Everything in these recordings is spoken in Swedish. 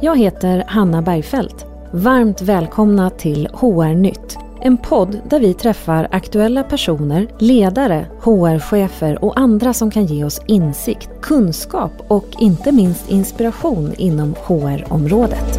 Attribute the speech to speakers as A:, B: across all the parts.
A: Jag heter Hanna Bergfeldt. Varmt välkomna till HR-nytt. En podd där vi träffar aktuella personer, ledare, HR-chefer och andra som kan ge oss insikt, kunskap och inte minst inspiration inom HR-området.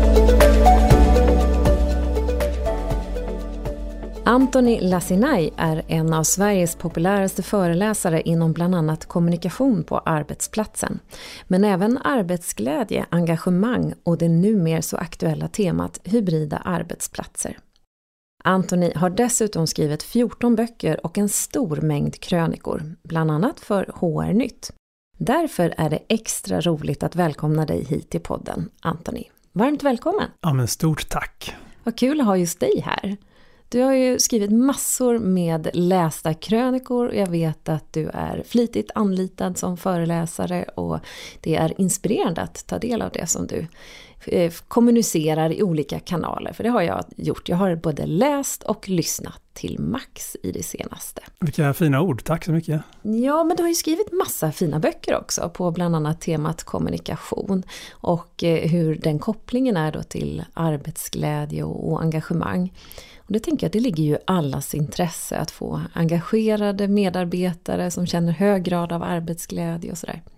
A: Anthony Lassinai är en av Sveriges populäraste föreläsare inom bland annat kommunikation på arbetsplatsen. Men även arbetsglädje, engagemang och det numera så aktuella temat hybrida arbetsplatser. Anthony har dessutom skrivit 14 böcker och en stor mängd krönikor, bland annat för HR-nytt. Därför är det extra roligt att välkomna dig hit till podden, Anthony. Varmt välkommen!
B: Ja, men stort tack!
A: Vad kul att ha just dig här. Du har ju skrivit massor med lästa krönikor. Jag vet att du är flitigt anlitad som föreläsare och det är inspirerande att ta del av det som du kommunicerar i olika kanaler. För det har jag gjort. Jag har både läst och lyssnat till max i det senaste.
B: Vilka fina ord, tack så mycket.
A: Ja, men du har ju skrivit massa fina böcker också på bland annat temat kommunikation och hur den kopplingen är då till arbetsglädje och engagemang. Och det tänker jag att det ligger ju allas intresse att få engagerade medarbetare som känner hög grad av arbetsglädje och sådär.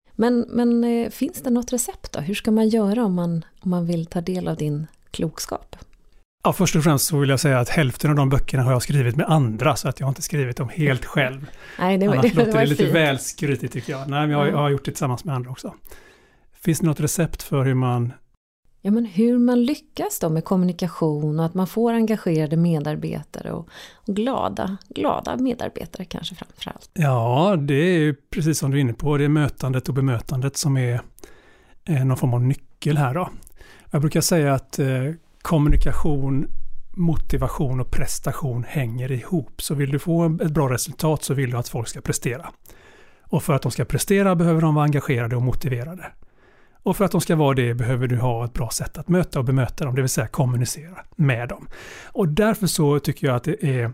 A: Men finns det något recept då? Hur ska man göra om man vill ta del av din klokskap?
B: Ja, först och främst så vill jag säga att hälften av de böckerna har jag skrivit med andra så att jag har inte skrivit dem helt själv.
A: Nej, det
B: låter
A: var
B: lite
A: fint.
B: väl skrytigt tycker jag. Nej, men jag har gjort det tillsammans med andra också. Finns det något recept för hur man...
A: Ja, men hur man lyckas då med kommunikation och att man får engagerade medarbetare och glada medarbetare kanske framförallt.
B: Ja, det är ju precis som du är inne på. Det är mötandet och bemötandet som är någon form av nyckel här då. Jag brukar säga att kommunikation, motivation och prestation hänger ihop. Så vill du få ett bra resultat så vill du att folk ska prestera. Och för att de ska prestera behöver de vara engagerade och motiverade. Och för att de ska vara det behöver du ha ett bra sätt att möta och bemöta dem, det vill säga kommunicera med dem. Och därför så tycker jag att det är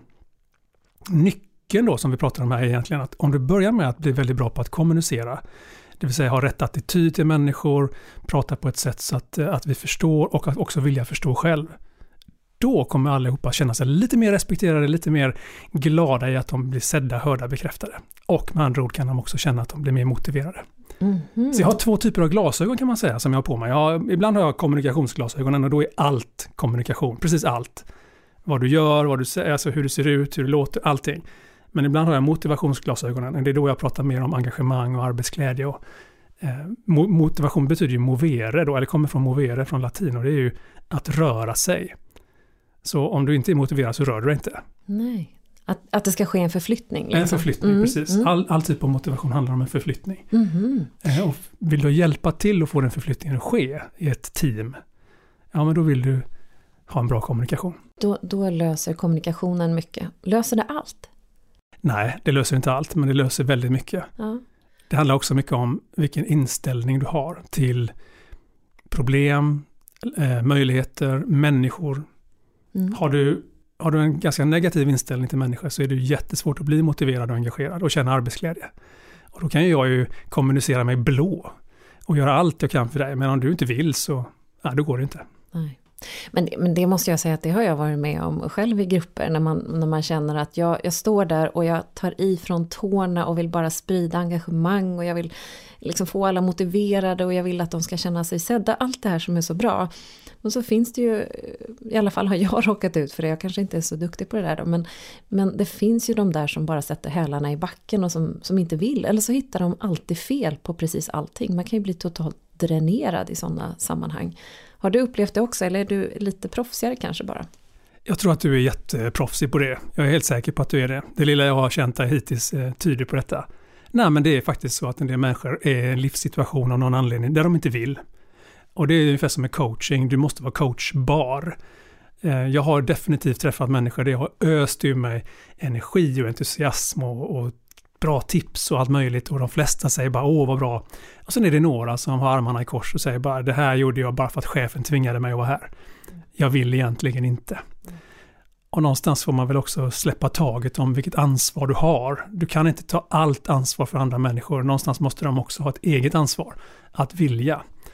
B: nyckeln då som vi pratar om här egentligen, att om du börjar med att bli väldigt bra på att kommunicera, det vill säga ha rätt attityd till människor, prata på ett sätt så att vi förstår och att också vilja förstå själv. Då kommer allihopa känna sig lite mer respekterade, lite mer glada i att de blir sedda, hörda, bekräftade. Och med andra ord kan de också känna att de blir mer motiverade. Mm-hmm. Så jag har 2 typer av glasögon kan man säga som jag har på mig. Ibland har jag kommunikationsglasögonen och då är allt kommunikation, precis allt. Vad du gör, vad du säger, alltså hur du ser ut, hur du låter, allting. Men ibland har jag motivationsglasögonen och det är då jag pratar mer om engagemang och arbetsglädje. Och, motivation betyder ju movere då, eller kommer från movere från latin och det är ju att röra sig. Så om du inte är motiverad så rör du dig inte.
A: Nej. Att det ska ske en förflyttning. Liksom.
B: En förflyttning, precis. All typ av motivation handlar om en förflyttning. Och vill du hjälpa till att få den förflyttningen att ske i ett team, ja men då vill du ha en bra kommunikation.
A: Då löser kommunikationen mycket. Löser det allt?
B: Nej, det löser inte allt, men det löser väldigt mycket. Ja. Det handlar också mycket om vilken inställning du har till problem, möjligheter, människor. Har du en ganska negativ inställning till människor så är det jättesvårt att bli motiverad och engagerad och känna arbetsglädje. Och då kan jag ju kommunicera mig blå och göra allt jag kan för dig. Men om du inte vill så, då går det inte.
A: Nej. Men det måste jag säga att det har jag varit med om själv i grupper när man känner att jag står där och jag tar i från tårna och vill bara sprida engagemang och jag vill liksom få alla motiverade och jag vill att de ska känna sig sedda. Allt det här som är så bra. Och så finns det ju, i alla fall har jag råkat ut för det, jag kanske inte är så duktig på det där då, men det finns ju de där som bara sätter hälarna i backen och som inte vill, eller så hittar de alltid fel på precis allting. Man kan ju bli totalt dränerad i sådana sammanhang. Har du upplevt det också eller är du lite proffsigare kanske bara?
B: Jag tror att du är jätteproffsig på det. Jag är helt säker på att du är det. Det lilla jag har känt dig hittills tyder på detta. Nej, men det är faktiskt så att en del människor är i en livssituation av någon anledning där de inte vill. Och det är ungefär som med coaching. Du måste vara coachbar. Jag har definitivt träffat människor där jag har öst ur mig energi och entusiasm och bra tips och allt möjligt. Och de flesta säger bara, åh vad bra. Och sen är det några som har armarna i kors och säger bara, det här gjorde jag bara för att chefen tvingade mig att vara här. Jag vill egentligen inte. Och någonstans får man väl också släppa taget om vilket ansvar du har. Du kan inte ta allt ansvar för andra människor. Någonstans måste de också ha ett eget ansvar att vilja.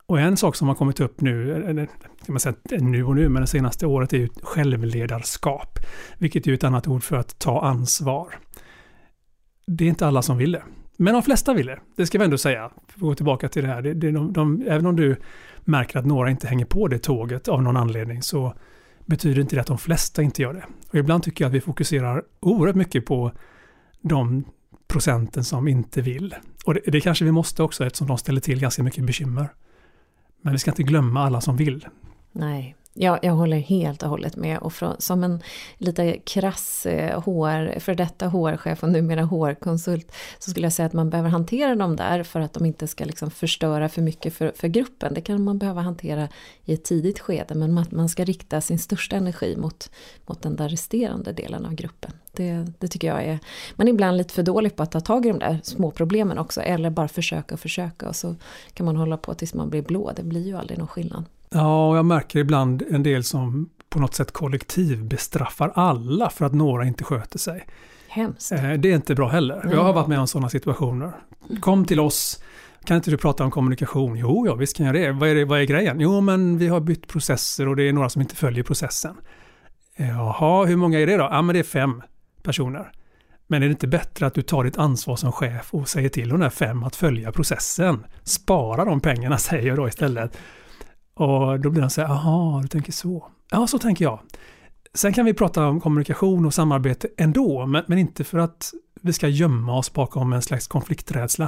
B: Och en sak som har kommit upp nu, kan man säga nu, men det senaste året är ju självledarskap. Vilket är ju ett annat ord för att ta ansvar. Det är inte alla som vill det. Men de flesta vill det. Det ska vi ändå säga. För att gå tillbaka till det här. Även om du märker att några inte hänger på det tåget av någon anledning, så betyder inte det att de flesta inte gör det. Och ibland tycker jag att vi fokuserar oerhört mycket på de procenten som inte vill. Och det kanske vi måste också, eftersom de ställer till ganska mycket bekymmer. Men vi ska inte glömma alla som vill.
A: Nej, jag håller helt och hållet med. Och som en lite krass för detta HR-chef och numera HR-konsult, så skulle jag säga att man behöver hantera dem där för att de inte ska liksom förstöra för mycket för gruppen. Det kan man behöva hantera i ett tidigt skede, men man ska rikta sin största energi mot den där resterande delen av gruppen. Det tycker jag är, man är ibland lite för dålig på att ta tag i de där små problemen också, eller bara försöka och så kan man hålla på tills man blir blå. Det blir ju aldrig någon skillnad.
B: Ja, och jag märker ibland en del som på något sätt kollektiv bestraffar alla för att några inte sköter sig.
A: Hemskt.
B: Det är inte bra heller. Jag har varit med om sådana situationer. Kom till oss, kan inte du prata om kommunikation? Jo, ja, visst kan jag det. Vad är grejen? Jo, men vi har bytt processer och det är några som inte följer processen. Jaha, hur många är det då? Ja, men det är 5 personer. Men är det inte bättre att du tar ditt ansvar som chef och säger till de där 5 att följa processen? Spara de pengarna, säger jag då istället. Och då blir han så här, aha, du tänker så. Ja, så tänker jag. Sen kan vi prata om kommunikation och samarbete ändå, men inte för att vi ska gömma oss bakom en slags konflikträdsla.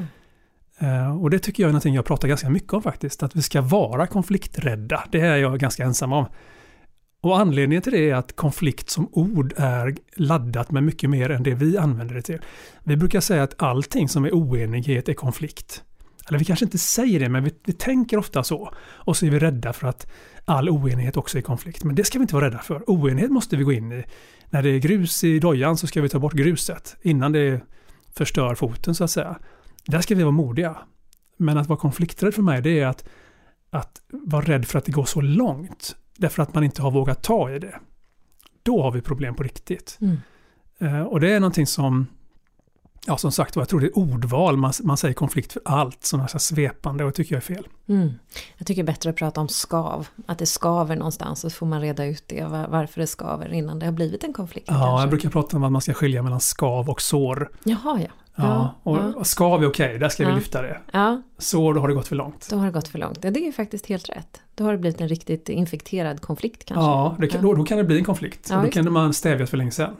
B: Och det tycker jag är någonting jag pratar ganska mycket om faktiskt, att vi ska vara konflikträdda. Det är jag ganska ensam om. Och anledningen till det är att konflikt som ord är laddat med mycket mer än det vi använder det till. Vi brukar säga att allting som är oenighet är konflikt. Eller vi kanske inte säger det, men vi tänker ofta så. Och så är vi rädda för att all oenighet också är konflikt. Men det ska vi inte vara rädda för. Oenighet måste vi gå in i. När det är grus i dojan så ska vi ta bort gruset innan det förstör foten så att säga. Där ska vi vara modiga. Men att vara konflikträdd för mig, det är att vara rädd för att det går så långt. Därför att man inte har vågat ta i det. Då har vi problem på riktigt. Och det är någonting som, ja, som sagt, jag tror det är ordval. Man säger konflikt för allt, sådana här svepande, och det tycker jag är fel.
A: Jag tycker bättre att prata om skav. Att det skaver någonstans, så får man reda ut det, varför det skaver innan det har blivit en konflikt.
B: Ja, kanske. Jag brukar prata om att man ska skilja mellan skav och sår.
A: Jaha, ja.
B: Och skav är okej, där ska vi lyfta det.
A: Ja.
B: Sår, då har det gått för långt.
A: Då har det gått för långt. Ja, det är faktiskt helt rätt. Då har det blivit en riktigt infekterad konflikt kanske.
B: Ja, då kan det bli en konflikt. Ja, och då kan man stävja för länge sedan.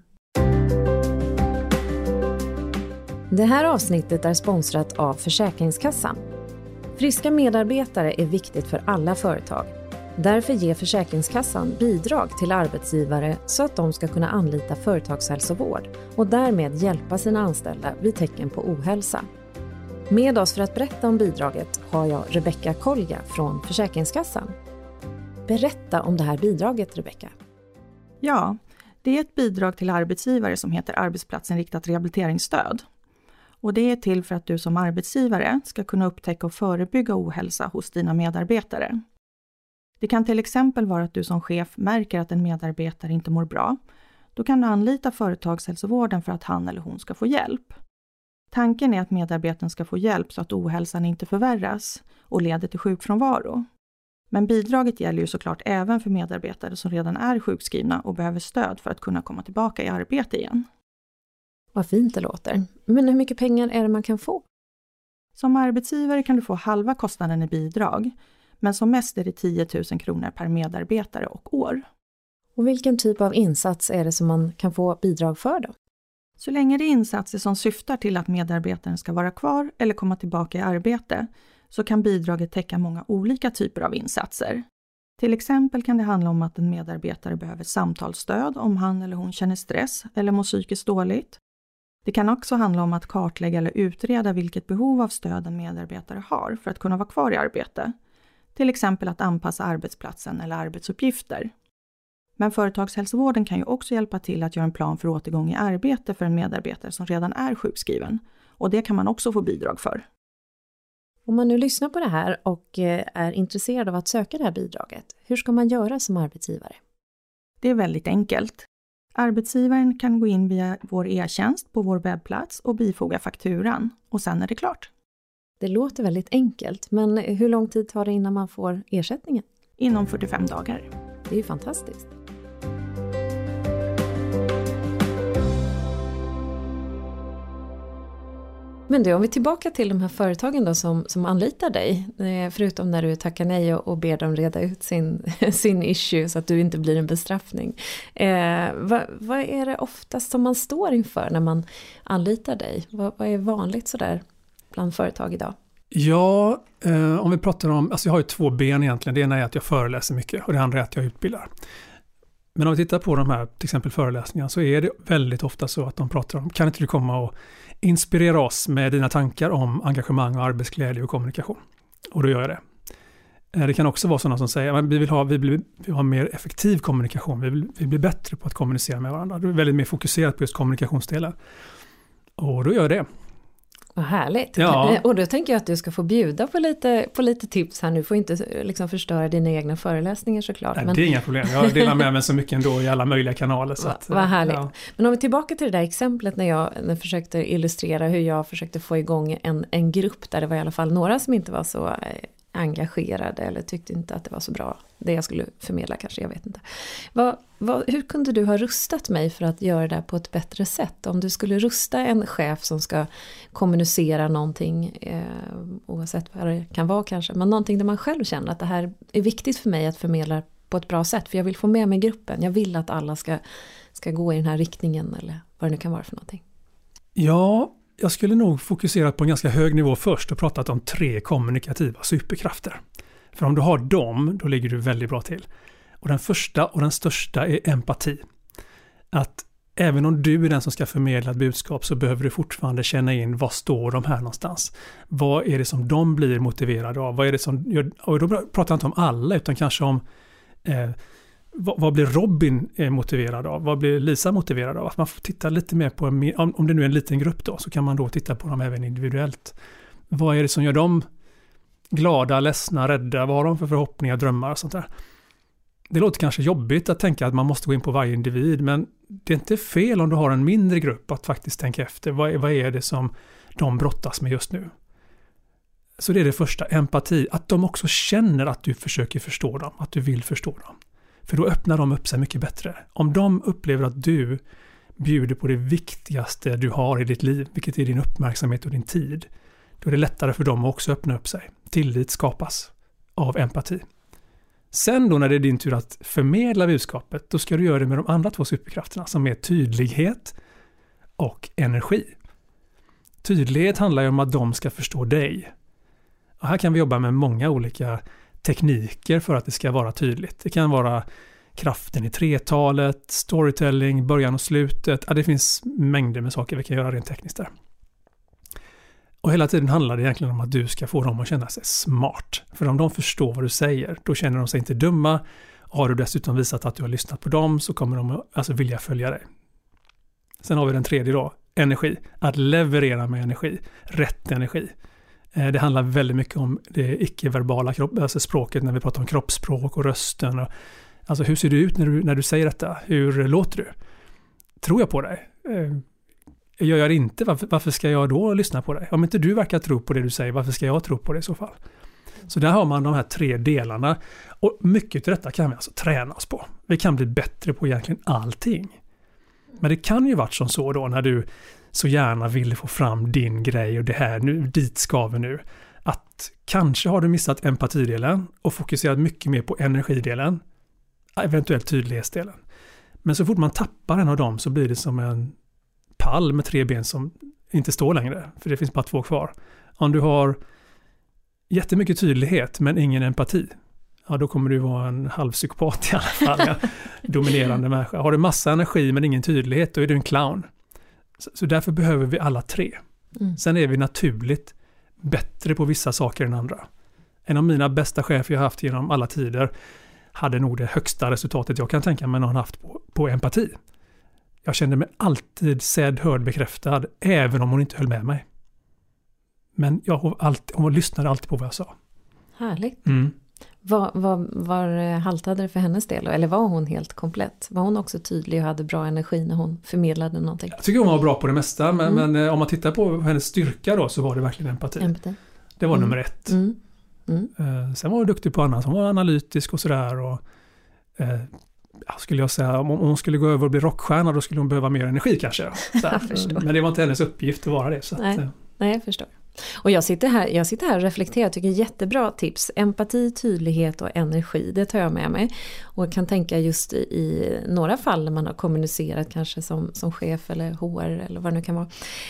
A: Det här avsnittet är sponsrat av Försäkringskassan. Friska medarbetare är viktigt för alla företag. Därför ger Försäkringskassan bidrag till arbetsgivare så att de ska kunna anlita företagshälsovård och därmed hjälpa sina anställda vid tecken på ohälsa. Med oss för att berätta om bidraget har jag Rebecka Kolga från Försäkringskassan. Berätta om det här bidraget, Rebecka.
C: Ja, det är ett bidrag till arbetsgivare som heter arbetsplatsinriktat rehabiliteringsstöd. Och det är till för att du som arbetsgivare ska kunna upptäcka och förebygga ohälsa hos dina medarbetare. Det kan till exempel vara att du som chef märker att en medarbetare inte mår bra. Då kan du anlita företagshälsovården för att han eller hon ska få hjälp. Tanken är att medarbetaren ska få hjälp så att ohälsan inte förvärras och leder till sjukfrånvaro. Men bidraget gäller ju såklart även för medarbetare som redan är sjukskrivna och behöver stöd för att kunna komma tillbaka i arbete igen.
A: Vad fint det låter. Men hur mycket pengar är det man kan få?
C: Som arbetsgivare kan du få halva kostnaden i bidrag, men som mest är det 10 000 kronor per medarbetare och år.
A: Och vilken typ av insats är det som man kan få bidrag för då?
C: Så länge det är insatser som syftar till att medarbetaren ska vara kvar eller komma tillbaka i arbete, så kan bidraget täcka många olika typer av insatser. Till exempel kan det handla om att en medarbetare behöver samtalsstöd om han eller hon känner stress eller mår psykiskt dåligt. Det kan också handla om att kartlägga eller utreda vilket behov av stöd en medarbetare har för att kunna vara kvar i arbete. Till exempel att anpassa arbetsplatsen eller arbetsuppgifter. Men företagshälsovården kan ju också hjälpa till att göra en plan för återgång i arbete för en medarbetare som redan är sjukskriven. Och det kan man också få bidrag för.
A: Om man nu lyssnar på det här och är intresserad av att söka det här bidraget, hur ska man göra som arbetsgivare?
C: Det är väldigt enkelt. Arbetsgivaren kan gå in via vår e-tjänst på vår webbplats och bifoga fakturan, och sen är det klart.
A: Det låter väldigt enkelt, men hur lång tid tar det innan man får ersättningen?
C: Inom 45 dagar.
A: Det är ju fantastiskt. Men du, om vi är tillbaka till de här företagen då som anlitar dig, förutom när du tackar nej och ber dem reda ut sin issue så att du inte blir en bestraffning. Vad är det oftast som man står inför när man anlitar dig? Vad är vanligt sådär bland företag idag?
B: Ja, om vi pratar om, alltså jag har ju 2 ben egentligen. Det ena är att jag föreläser mycket och det andra är att jag utbildar. Men om vi tittar på de här, till exempel föreläsningarna, så är det väldigt ofta så att de pratar om, kan inte du komma och inspirera oss med dina tankar om engagemang och arbetsglädje och kommunikation? Och då gör jag det. Det kan också vara sådana som säger att vi vill ha mer effektiv kommunikation. Vi blir bättre på att kommunicera med varandra. Du är väldigt mer fokuserat på just kommunikationsdelen. Och då gör jag det.
A: Vad härligt.
B: Ja.
A: Och då tänker jag att du ska få bjuda på lite tips här nu. Du får inte liksom förstöra dina egna föreläsningar såklart.
B: Nej, det är inga problem. Jag delar med mig så mycket ändå i alla möjliga kanaler.
A: Vad härligt. Ja. Men om vi är tillbaka till det där exemplet när jag försökte illustrera hur jag försökte få igång en grupp där det var i alla fall några som inte var så engagerade eller tyckte inte att det var så bra. Det jag skulle förmedla kanske, jag vet inte. Hur kunde du ha rustat mig för att göra det på ett bättre sätt? Om du skulle rusta en chef som ska kommunicera någonting, oavsett vad det kan vara kanske, men någonting där man själv känner att det här är viktigt för mig att förmedla på ett bra sätt, för jag vill få med mig gruppen. Jag vill att alla ska gå i den här riktningen eller vad det nu kan vara för någonting.
B: Ja, jag skulle nog fokusera på en ganska hög nivå först och pratat om 3 kommunikativa superkrafter. För om du har dem, då ligger du väldigt bra till. Och den första och den största är empati. Att även om du är den som ska förmedla ett budskap så behöver du fortfarande känna in vad står de här någonstans. Vad är det som de blir motiverade av? Vad är det som gör, och då pratar jag inte om alla utan kanske om vad blir Robin motiverad av? Vad blir Lisa motiverad av? Att man får titta lite mer på, om det nu är en liten grupp då, så kan man då titta på dem även individuellt. Vad är det som gör dem glada, ledsna, rädda? Vad har de för förhoppningar, drömmar och sånt där? Det låter kanske jobbigt att tänka att man måste gå in på varje individ, men det är inte fel om du har en mindre grupp att faktiskt tänka efter. Vad är det som de brottas med just nu? Så det är det första, empati. Att de också känner att du försöker förstå dem, att du vill förstå dem. För då öppnar de upp sig mycket bättre. Om de upplever att du bjuder på det viktigaste du har i ditt liv, vilket är din uppmärksamhet och din tid, då är det lättare för dem att också öppna upp sig. Tillit skapas av empati. Sen då när det är din tur att förmedla budskapet, då ska du göra det med de andra 2 superkrafterna som är tydlighet och energi. Tydlighet handlar ju om att de ska förstå dig. Och här kan vi jobba med många olika tekniker för att det ska vara tydligt. Det kan vara kraften i 3-talet, storytelling, början och slutet. Ja, det finns mängder med saker vi kan göra rent tekniskt där. Och hela tiden handlar det egentligen om att du ska få dem att känna sig smart. För om de förstår vad du säger, då känner de sig inte dumma. Har du dessutom visat att du har lyssnat på dem så kommer de alltså vilja följa dig. Sen har vi den tredje då, energi. Att leverera med energi, rätt energi. Det handlar väldigt mycket om det icke-verbala alltså språket när vi pratar om kroppsspråk och rösten. Och, alltså hur ser du ut när du säger detta? Hur låter du? Tror jag på dig? Gör jag det inte? Varför ska jag då lyssna på dig? Om inte du verkar tro på det du säger, varför ska jag tro på det i så fall? Så där har man de här 3 delarna. Och mycket av detta kan vi alltså träna oss på. Vi kan bli bättre på egentligen allting. Men det kan ju varit som så då när du så gärna ville få fram din grej och det här nu, dit ska vi nu. Att kanske har du missat empatidelen och fokuserat mycket mer på energidelen. Eventuellt tydlighetsdelen. Men så fort man tappar en av dem så blir det som en pall med 3 ben som inte står längre. För det finns bara 2 kvar. Om du har jättemycket tydlighet men ingen empati. Ja, då kommer du vara en halvpsykopat i alla fall. Ja. Dominerande människa. Har du massa energi men ingen tydlighet, då är du en clown. Så därför behöver vi alla 3. Sen är vi naturligt bättre på vissa saker än andra. En av mina bästa chefer jag haft genom alla tider hade nog det högsta resultatet jag kan tänka mig någon haft på empati. Jag kände mig alltid sedd, hörd, bekräftad, även om hon inte höll med mig. Men hon lyssnade alltid på vad jag sa.
A: Härligt. Var haltade det för hennes del? Eller var hon helt komplett? Var hon också tydlig och hade bra energi när hon förmedlade någonting?
B: Jag tycker hon var bra på det mesta, men om man tittar på hennes styrka då så var det verkligen empati. Det var nummer 1. Sen var hon duktig på annat. Hon var analytisk och sådär. Och, skulle jag säga, om hon skulle gå över och bli rockstjärna, då skulle hon behöva mer energi kanske. Men det var inte hennes uppgift att vara det. Så
A: Nej, jag förstår. Och jag sitter här och reflekterar, tycker jättebra tips. Empati, tydlighet och energi, det tar jag med mig. Och kan tänka just i några fall när man har kommunicerat kanske som chef eller HR eller vad det nu kan vara.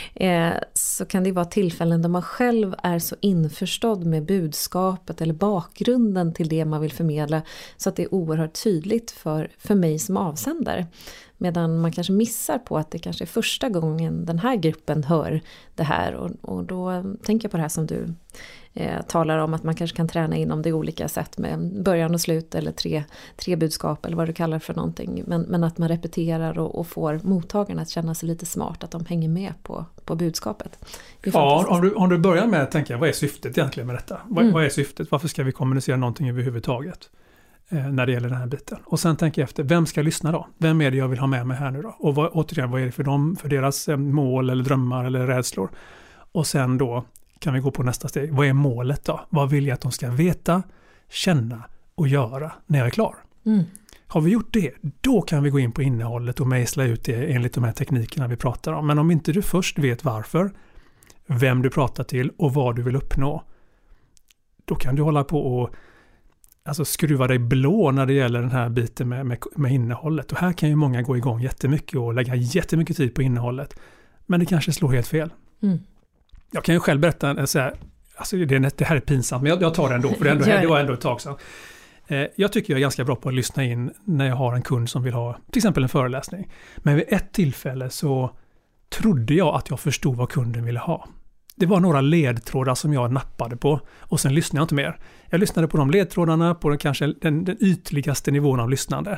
A: Så kan det vara tillfällen där man själv är så införstådd med budskapet eller bakgrunden till det man vill förmedla. Så att det är oerhört tydligt för mig som avsändare. Medan man kanske missar på att det kanske är första gången den här gruppen hör det här. Och då tänker jag på det här som du talar om, att man kanske kan träna in om det olika sätt med början och slut eller tre budskap eller vad du kallar för någonting. Men att man repeterar och får mottagarna att känna sig lite smart, att de hänger med på budskapet.
B: Ja, om du börjar med att tänka, vad är syftet egentligen med detta? Vad är syftet? Varför ska vi kommunicera någonting överhuvudtaget? När det gäller den här biten. Och sen tänker jag efter, vem ska lyssna då? Vem är det jag vill ha med mig här nu då? Och vad är det för dem, för deras mål eller drömmar eller rädslor? Och sen då kan vi gå på nästa steg. Vad är målet då? Vad vill jag att de ska veta, känna och göra när jag är klar? Har vi gjort det, då kan vi gå in på innehållet och mejsla ut det enligt de här teknikerna vi pratar om. Men om inte du först vet varför, vem du pratar till och vad du vill uppnå, då kan du hålla på och skruva dig blå när det gäller den här biten med innehållet. Och här kan ju många gå igång jättemycket och lägga jättemycket tid på innehållet. Men det kanske slår helt fel. Jag kan ju själv berätta, det här är pinsamt, men jag tar det ändå, för det var ändå ett tag sedan. Jag tycker jag är ganska bra på att lyssna in när jag har en kund som vill ha till exempel en föreläsning. Men vid ett tillfälle så trodde jag att jag förstod vad kunden ville ha. Det var några ledtrådar som jag nappade på och sen lyssnade jag inte mer. Jag lyssnade på de ledtrådarna på kanske den ytligaste nivån av lyssnande.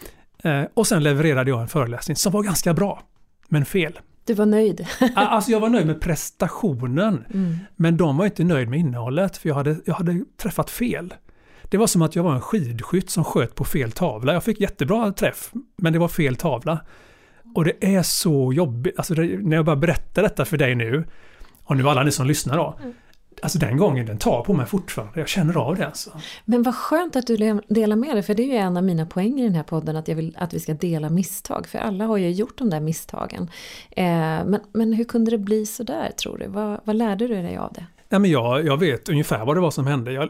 B: Och sen levererade jag en föreläsning som var ganska bra, men fel.
A: Du var nöjd?
B: Jag var nöjd med prestationen, men de var inte nöjd med innehållet, för jag hade träffat fel. Det var som att jag var en skidskytt som sköt på fel tavla. Jag fick jättebra träff, men det var fel tavla. Och det är så jobbigt. När jag bara berättar detta för dig nu, och nu alla ni som lyssnar då. Den gången, den tar på mig fortfarande. Jag känner av det .
A: Men vad skönt att du delar med dig. För det är ju en av mina poänger i den här podden. Att jag vill att vi ska dela misstag. För alla har ju gjort de där misstagen. Men hur kunde det bli så där, tror du? Vad lärde du dig av det?
B: Nej, men jag vet ungefär vad det var som hände.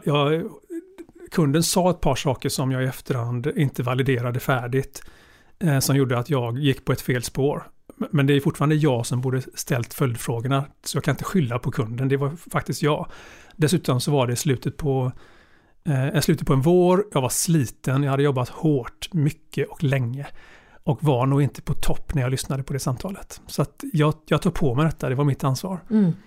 B: Kunden sa ett par saker som jag i efterhand inte validerade färdigt. Som gjorde att jag gick på ett fel spår. Men det är fortfarande jag som borde ställt följdfrågorna, så jag kan inte skylla på kunden. Det var faktiskt jag. Dessutom så var det slutet på en vår. Jag var sliten, jag hade jobbat hårt, mycket och länge. Och var nog inte på topp när jag lyssnade på det samtalet. Så att jag tog på mig detta, det var mitt ansvar.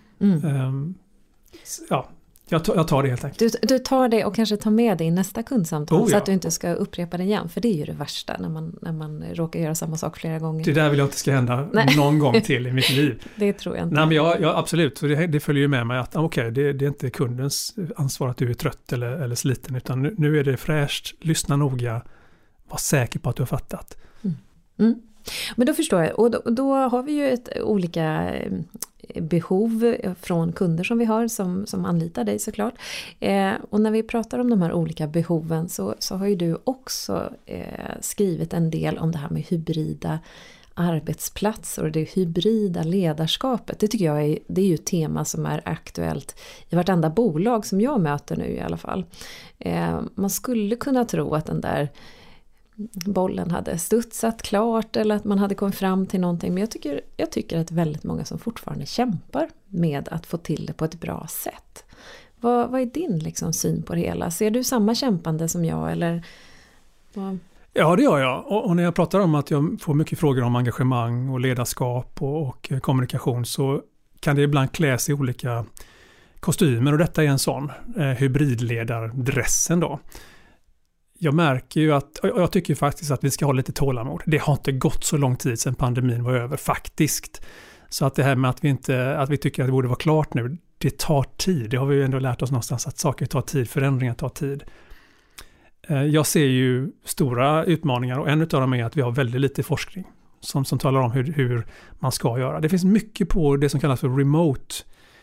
B: Jag tar det helt enkelt.
A: Du tar det och kanske tar med det i nästa kundsamtal, så att du inte ska upprepa det igen. För det är ju det värsta när man råkar göra samma sak flera gånger.
B: Det där vill jag inte ska hända någon gång till i mitt liv.
A: Det tror jag inte.
B: Nej, men jag absolut. Så det följer ju med mig att det är inte kundens ansvar att du är trött eller sliten. Utan nu är det fräscht, lyssna noga, var säker på att du har fattat.
A: Men då förstår jag. Och då har vi ju olika behov från kunder som vi har som anlitar dig såklart. Och när vi pratar om de här olika behoven så har ju du också skrivit en del om det här med hybrida arbetsplatser och det hybrida ledarskapet. Det tycker jag det är ju ett tema som är aktuellt i vartenda bolag som jag möter nu i alla fall. Man skulle kunna tro att den där bollen hade studsat klart eller att man hade kommit fram till någonting. Men jag tycker att väldigt många som fortfarande kämpar med att få till det på ett bra sätt. Vad är din syn på det hela? Ser du samma kämpande som jag? Eller
B: Ja, det gör jag. Och när jag pratar om att jag får mycket frågor om engagemang och ledarskap och kommunikation, så kan det ibland kläs i olika kostymer. Och detta är en sån hybridledardressen då. Jag märker ju att, jag tycker faktiskt att vi ska ha lite tålamod. Det har inte gått så lång tid sedan pandemin var över faktiskt. Så att det här med att vi tycker att det borde vara klart nu, det tar tid. Det har vi ju ändå lärt oss någonstans, att saker tar tid, förändringar tar tid. Jag ser ju stora utmaningar, och en av dem är att vi har väldigt lite forskning som talar om hur man ska göra. Det finns mycket på det som kallas för remote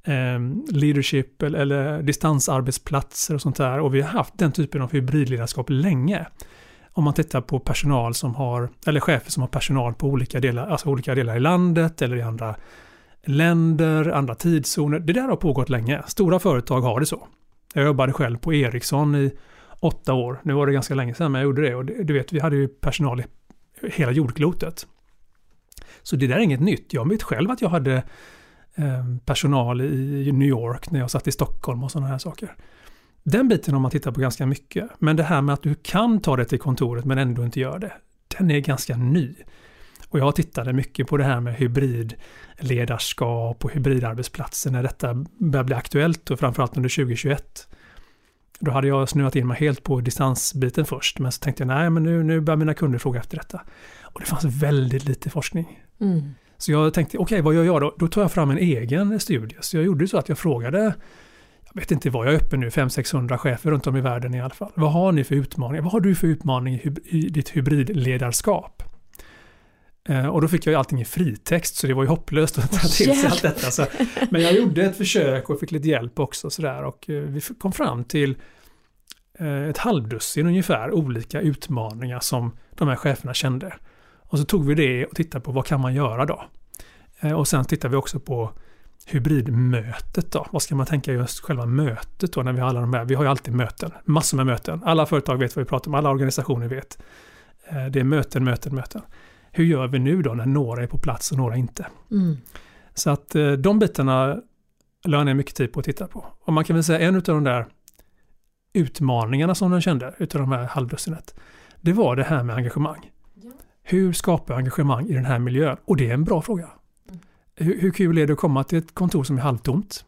B: leadership eller distansarbetsplatser och sånt där. Och vi har haft den typen av hybridledarskap länge. Om man tittar på personal som har, eller chefer som har personal på olika delar i landet eller i andra länder, andra tidszoner. Det där har pågått länge. Stora företag har det så. Jag jobbade själv på Ericsson i 8 år. Nu var det ganska länge sedan men jag gjorde det. Och du vet, vi hade ju personal i hela jordklotet. Så det där är inget nytt. Jag vet själv att jag hade personal i New York när jag satt i Stockholm och sådana här saker. Den biten har man tittat på ganska mycket. Men det här med att du kan ta det till kontoret men ändå inte gör det. Den är ganska ny. Och jag tittade mycket på det här med hybridledarskap och hybridarbetsplatser när detta började bli aktuellt och framförallt under 2021. Då hade jag snöat in mig helt på distansbiten först men så tänkte jag nej men nu börjar mina kunder fråga efter detta. Och det fanns väldigt lite forskning. Mm. Så jag tänkte okej, vad gör jag då? Då tar jag fram en egen studie. Så jag gjorde så att jag frågade, jag vet inte vad jag är uppe nu, 500-600 chefer runt om i världen i alla fall. Vad har ni för utmaningar? Vad har du för utmaning i ditt hybridledarskap? Och då fick jag ju allting i fritext så det var ju hopplöst att ta till sig allt detta. Så, men jag gjorde ett försök och fick lite hjälp också. Sådär, och vi kom fram till ett halvdussin ungefär olika utmaningar som de här cheferna kände. Och så tog vi det och tittade på vad kan man göra då. Och sen tittade vi också på hybridmötet då. Vad ska man tänka just själva mötet då när vi har alla de här. Vi har ju alltid möten, massor med möten. Alla företag vet vad vi pratar om, alla organisationer vet. Det är möten. Hur gör vi nu då när några är på plats och några inte? Mm. Så att de bitarna lade jag mycket tid på att titta på. Och man kan väl säga en av de där utmaningarna som de kände utav de här halvdussinet, det var det här med engagemang. Ja. Hur skapar jag engagemang i den här miljön? Och det är en bra fråga. Mm. Hur kul är det att komma till ett kontor som är halvtomt?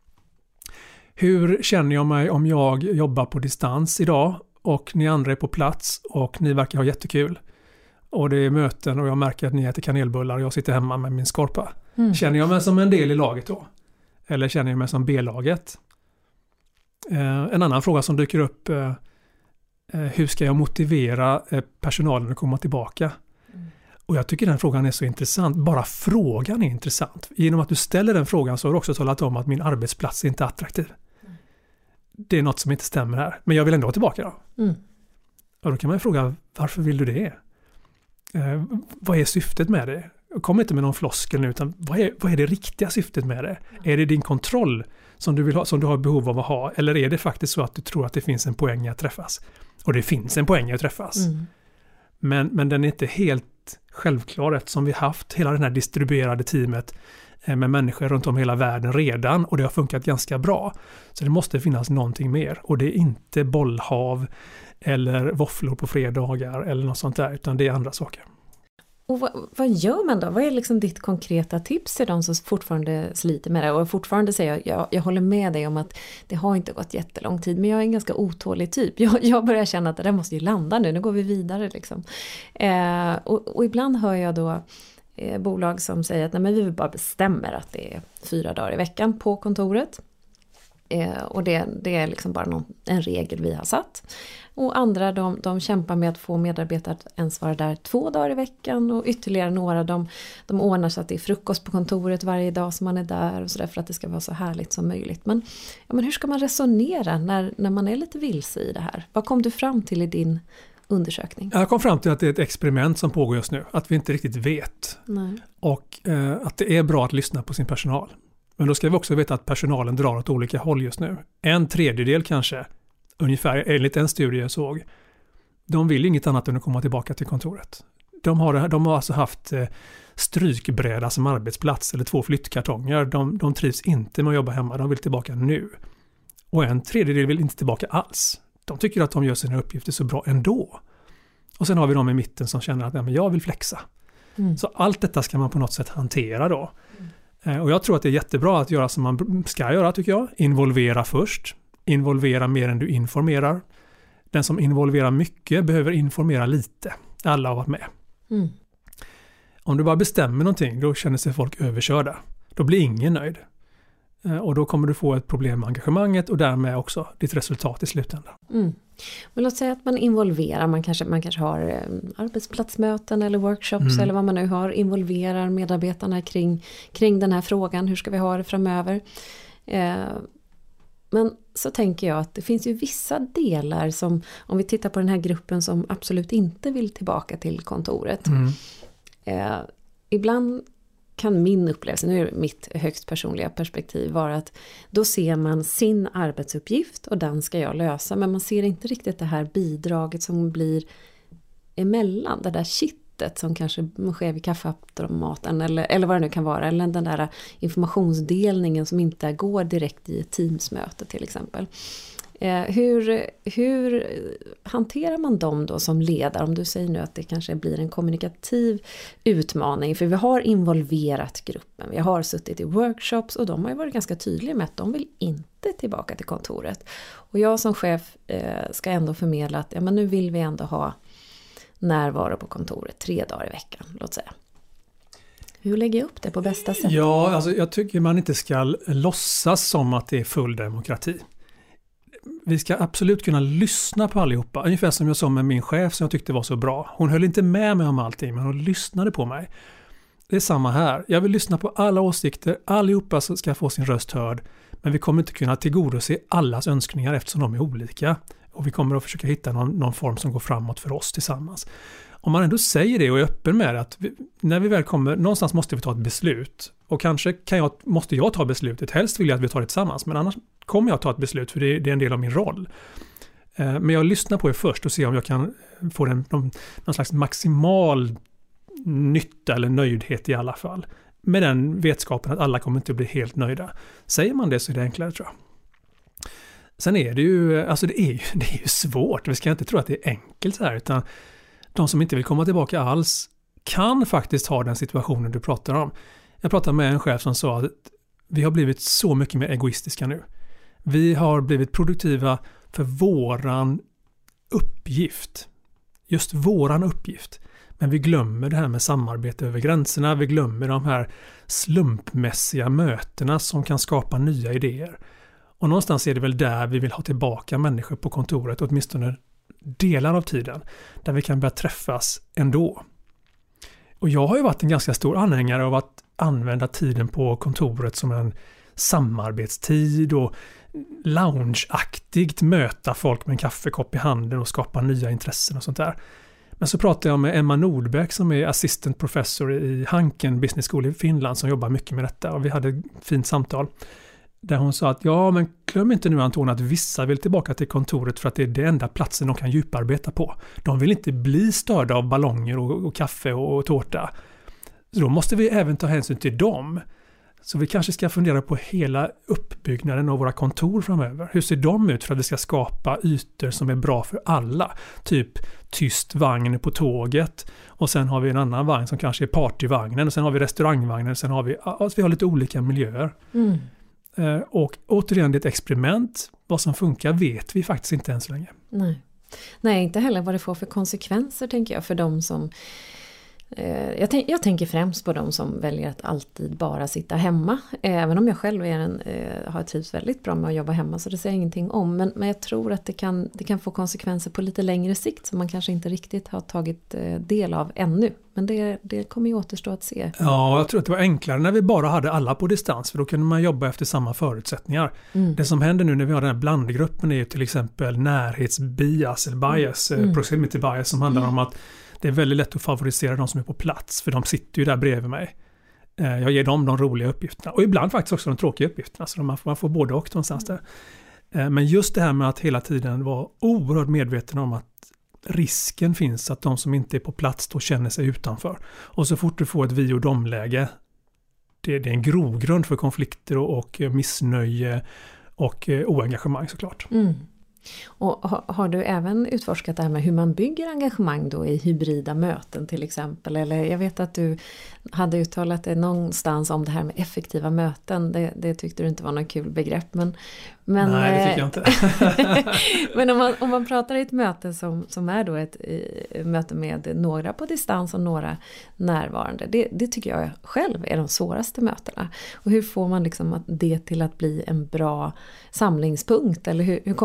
B: Hur känner jag mig om jag jobbar på distans idag och ni andra är på plats och ni verkar ha jättekul? Och det är möten och jag märker att ni äter kanelbullar och jag sitter hemma med min skorpa. Mm. Känner jag mig som en del i laget då? Eller känner jag mig som B-laget? En annan fråga som dyker upp, hur ska jag motivera personalen att komma tillbaka? Mm. Och jag tycker den frågan är så intressant. Bara frågan är intressant. Genom att du ställer den frågan så har du också talat om att min arbetsplats är inte attraktiv. Mm. Det är något som inte stämmer här. Men jag vill ändå tillbaka då. Mm. Och då kan man fråga, varför vill du det? Vad är syftet med det? Kom inte med någon floskel nu, utan vad är det riktiga syftet med det? Är det din kontroll som du vill ha, som du har behov av att ha? Eller är det faktiskt så att du tror att det finns en poäng att träffas? Och det finns en poäng att träffas. Mm. Men den är inte helt självklar eftersom vi haft hela den här distribuerade teamet med människor runt om hela världen redan och det har funkat ganska bra. Så det måste finnas någonting mer och det är inte bollhav eller våfflor på fredagar eller något sånt där, utan det är andra saker.
A: Och vad gör man då? Vad är liksom ditt konkreta tips till de som fortfarande sliter med det? Och fortfarande säger jag håller med dig om att det har inte gått jättelång tid, men jag är en ganska otålig typ. Jag börjar känna att det där måste ju landa nu går vi vidare liksom. Och ibland hör jag då bolag som säger att nej, men vi bara bestämmer att det är 4 dagar i veckan på kontoret. Och det är liksom bara en regel vi har satt. Och andra de kämpar med att få medarbetare att ens vara där 2 dagar i veckan. Och ytterligare några de ordnar så att det är frukost på kontoret varje dag som man är där. Och så där för att det ska vara så härligt som möjligt. Men hur ska man resonera när man är lite vilse i det här? Vad kom du fram till i din undersökning?
B: Jag kom fram till att det är ett experiment som pågår just nu. Att vi inte riktigt vet.
A: Nej.
B: Och att det är bra att lyssna på sin personal. Men då ska vi också veta att personalen drar åt olika håll just nu. 1/3 kanske, ungefär enligt en studie jag såg. De vill inget annat än att komma tillbaka till kontoret. De har alltså haft strykbräda som arbetsplats eller 2 flyttkartonger. De trivs inte med att jobba hemma, de vill tillbaka nu. Och 1/3 vill inte tillbaka alls. De tycker att de gör sina uppgifter så bra ändå. Och sen har vi de i mitten som känner att jag vill flexa. Mm. Så allt detta ska man på något sätt hantera då. Och jag tror att det är jättebra att göra som man ska göra tycker jag. Involvera först. Involvera mer än du informerar. Den som involverar mycket behöver informera lite. Alla har varit med. Mm. Om du bara bestämmer någonting då känner sig folk överkörda. Då blir ingen nöjd. Och då kommer du få ett problem med engagemanget och därmed också ditt resultat i slutändan.
A: Mm. Men låt säga att man involverar, man kanske har arbetsplatsmöten eller workshops eller vad man nu har, involverar medarbetarna kring den här frågan, hur ska vi ha det framöver? Men så tänker jag att det finns ju vissa delar som, om vi tittar på den här gruppen som absolut inte vill tillbaka till kontoret. Ibland kan min upplevelse, nu är det mitt högst personliga perspektiv, vara att då ser man sin arbetsuppgift och den ska jag lösa. Men man ser inte riktigt det här bidraget som blir emellan, det där kittet som kanske sker vid kaffeautomaten eller vad det nu kan vara. Eller den där informationsdelningen som inte går direkt i ett teamsmöte till exempel. Hur hanterar man dem då som ledare? Om du säger nu att det kanske blir en kommunikativ utmaning. För vi har involverat gruppen. Vi har suttit i workshops och de har ju varit ganska tydliga med att de vill inte tillbaka till kontoret. Och jag som chef ska ändå förmedla att men nu vill vi ändå ha närvaro på kontoret 3 dagar i veckan, låt säga. Hur lägger jag upp det på bästa sätt?
B: Ja, alltså jag tycker man inte ska låtsas som att det är full demokrati. Vi ska absolut kunna lyssna på allihopa. Ungefär som jag sa med min chef som jag tyckte var så bra. Hon höll inte med mig om allting, men hon lyssnade på mig. Det är samma här. Jag vill lyssna på alla åsikter. Allihopa ska få sin röst hörd. Men vi kommer inte kunna tillgodose allas önskningar eftersom de är olika. Och vi kommer att försöka hitta någon form som går framåt för oss tillsammans. Om man ändå säger det och är öppen med att när vi väl kommer, någonstans måste vi ta ett beslut. Och kanske måste jag ta beslutet. Helst vill jag att vi tar det tillsammans. Men annars kommer jag ta ett beslut för det är en del av min roll. Men jag lyssnar på er först och ser om jag kan få någon slags maximal nytta eller nöjdhet i alla fall. Med den vetskapen att alla kommer inte att bli helt nöjda. Säger man det så är det enklare, tror jag. Sen är det ju, alltså det är ju svårt. Vi ska inte tro att det är enkelt så här, utan de som inte vill komma tillbaka alls kan faktiskt ha den situationen du pratar om. Jag pratade med en chef som sa att vi har blivit så mycket mer egoistiska nu. Vi har blivit produktiva för våran uppgift. Just våran uppgift. Men vi glömmer det här med samarbete över gränserna. Vi glömmer de här slumpmässiga mötena som kan skapa nya idéer. Och någonstans är det väl där vi vill ha tillbaka människor på kontoret, åtminstone delar av tiden, där vi kan börja träffas ändå. Och jag har ju varit en ganska stor anhängare av att använda tiden på kontoret som en samarbetstid och loungeaktigt möta folk med en kaffekopp i handen och skapa nya intressen och sånt där. Men så pratade jag med Emma Nordbeck som är assistant professor i Hanken Business School i Finland som jobbar mycket med detta, och vi hade ett fint samtal. Där hon sa att men glöm inte nu Anton att vissa vill tillbaka till kontoret för att det är den enda platsen de kan djuparbeta på. De vill inte bli störda av ballonger och kaffe och tårta. Så då måste vi även ta hänsyn till dem. Så vi kanske ska fundera på hela uppbyggnaden av våra kontor framöver. Hur ser de ut för att vi ska skapa ytor som är bra för alla? Typ tyst vagn på tåget. Och sen har vi en annan vagn som kanske är partyvagnen. Och sen har vi restaurangvagnen. Och sen har vi har lite olika miljöer. Mm. Och återigen, det är ett experiment. Vad som funkar vet vi faktiskt inte än så länge.
A: Nej, inte heller vad det får för konsekvenser, tänker jag, för de som... Jag tänker främst på de som väljer att alltid bara sitta hemma. Även om jag själv har trivs väldigt bra med att jobba hemma, så det säger jag ingenting om. Men jag tror att det kan få konsekvenser på lite längre sikt som man kanske inte riktigt har tagit del av ännu. Men det kommer ju återstå att se. Ja,
B: jag tror att det var enklare när vi bara hade alla på distans. För då kunde man jobba efter samma förutsättningar. Mm. Det som händer nu när vi har den här blandgruppen är ju till exempel närhetsbias eller bias, proximity bias, som handlar om att det är väldigt lätt att favorisera de som är på plats, för de sitter ju där bredvid mig. Jag ger dem de roliga uppgifterna och ibland faktiskt också de tråkiga uppgifterna, så man får både och någonstans där. Men just det här med att hela tiden vara oerhört medveten om att risken finns att de som inte är på plats då känner sig utanför. Och så fort du får ett vi och dom-läge, det är en grogrund för konflikter och missnöje och oengagemang såklart. Mm.
A: Och har du även utforskat det här med hur man bygger engagemang då i hybrida möten till exempel? Eller jag vet att du hade uttalat det någonstans om det här med effektiva möten. Det tyckte du inte var något kul begrepp. Men,
B: nej, det tycker jag inte.
A: Men om man pratar i ett möte som är då ett möte med några på distans och några närvarande. Det tycker jag själv är de svåraste mötena. Och hur får man liksom det till att bli en bra samlingspunkt? Eller hur kommunicerar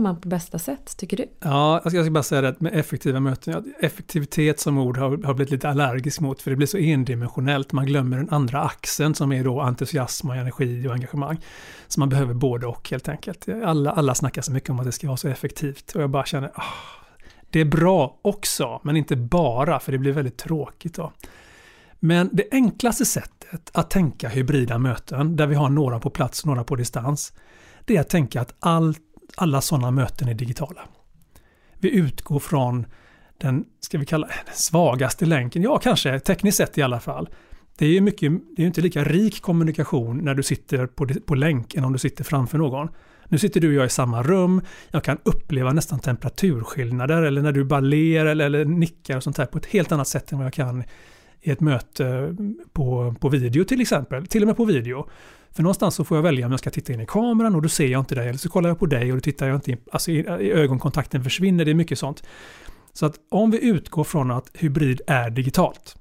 A: man på bästa sätt, tycker du?
B: Ja, jag ska bara säga det med effektiva möten. Effektivitet som ord har blivit lite allergisk mot, för det blir så endimensionellt. Man glömmer den andra axeln som är då entusiasm och energi och engagemang. Så man behöver både och helt enkelt. Alla snackar så mycket om att det ska vara så effektivt. Och jag bara känner, det är bra också, men inte bara, för det blir väldigt tråkigt då. Men det enklaste sättet att tänka hybrida möten, där vi har några på plats och några på distans, det är att tänka att alla sådana möten är digitala. Vi utgår från den, ska vi kalla den svagaste länken, ja kanske tekniskt sett i alla fall. Det är ju inte lika rik kommunikation när du sitter på länk än om du sitter framför någon. Nu sitter du och jag i samma rum, jag kan uppleva nästan temperaturskillnader eller när du bara ler eller nickar och sånt här på ett helt annat sätt än vad jag kan i ett möte på video till exempel, till och med på video. För någonstans så får jag välja om jag ska titta in i kameran och då ser jag inte dig, eller så kollar jag på dig och då tittar jag inte in, alltså i ögonkontakten försvinner, det är mycket sånt. Så att om vi utgår från att hybrid är digitalt,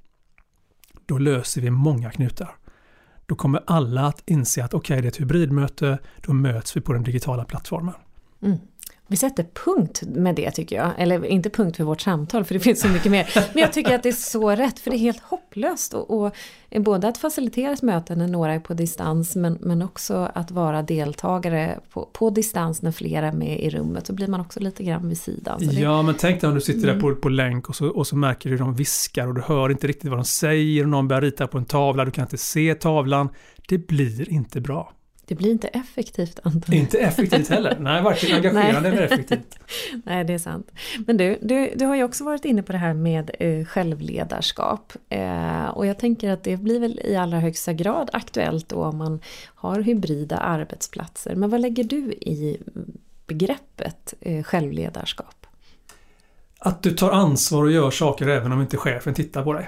B: då löser vi många knutar. Då kommer alla att inse att okej, det är ett hybridmöte, då möts vi på den digitala plattformen.
A: Mm. Vi sätter punkt med det tycker jag. Eller inte punkt för vårt samtal, för det finns så mycket mer. Men jag tycker att det är så rätt, för det är helt hopplöst. Och både att faciliteras möten när några är på distans, men också att vara deltagare på distans när flera är med i rummet. Så blir man också lite grann vid sidan.
B: Ja, men tänk dig om du sitter där på länk och så märker du att de viskar och du hör inte riktigt vad de säger. Och någon börjar rita på en tavla, du kan inte se tavlan. Det blir inte bra.
A: Det blir inte effektivt, Anton.
B: Inte effektivt heller. Nej, varken engagerande eller effektivt.
A: Nej, det är sant. Men du har ju också varit inne på det här med självledarskap. Och jag tänker att det blir väl i allra högsta grad aktuellt då om man har hybrida arbetsplatser. Men vad lägger du i begreppet självledarskap?
B: Att du tar ansvar och gör saker även om inte chefen tittar på dig.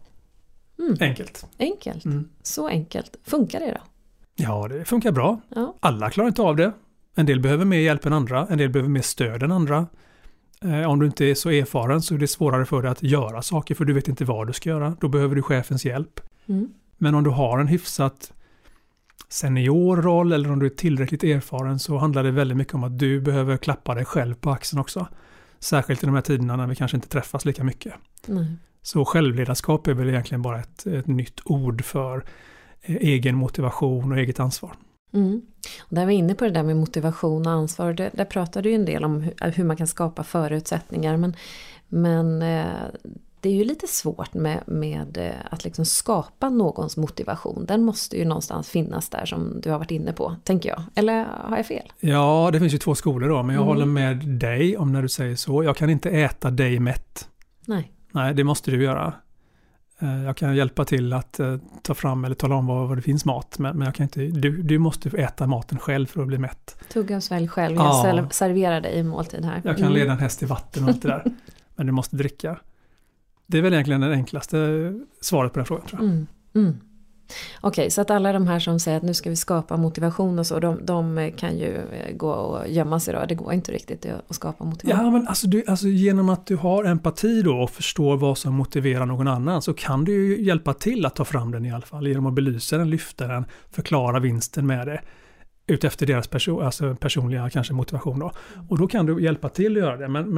B: Enkelt.
A: Enkelt. Så enkelt. Funkar det då?
B: Ja, det funkar bra.
A: Ja.
B: Alla klarar inte av det. En del behöver mer hjälp än andra. En del behöver mer stöd än andra. Om du inte är så erfaren så är det svårare för dig att göra saker, för du vet inte vad du ska göra. Då behöver du chefens hjälp. Men om du har en hyfsat seniorroll eller om du är tillräckligt erfaren, så handlar det väldigt mycket om att du behöver klappa dig själv på axeln också. Särskilt i de här tiderna när vi kanske inte träffas lika mycket. Så självledarskap är väl egentligen bara ett nytt ord för egen motivation och eget ansvar.
A: Och där var vi inne på det där med motivation och ansvar. Där pratar du ju en del om hur man kan skapa förutsättningar. Men det är ju lite svårt med att liksom skapa någons motivation. Den måste ju någonstans finnas där, som du har varit inne på, tänker jag. Eller har jag fel?
B: Ja, det finns ju två skolor då. Men jag håller med dig om när du säger så. Jag kan inte äta dig mätt. Nej, det måste du göra. Jag kan hjälpa till att ta fram eller tala om var det finns mat. Men jag kan inte, du måste äta maten själv för att bli mätt.
A: Tugga och svälj själv. Jag serverar dig i måltid här.
B: Jag kan leda en häst i vatten och allt det där. Men du måste dricka. Det är väl egentligen det enklaste svaret på den frågan, tror jag.
A: Okej, så att alla de här som säger att nu ska vi skapa motivation och så, de kan ju gå och gömma sig då. Det går inte riktigt att skapa motivation.
B: Ja, men alltså genom att du har empati då och förstår vad som motiverar någon annan, så kan du ju hjälpa till att ta fram den i alla fall. Genom att belysa den, lyfta den, förklara vinsten med det utefter deras personliga kanske motivation då. Och då kan du hjälpa till att göra det. Men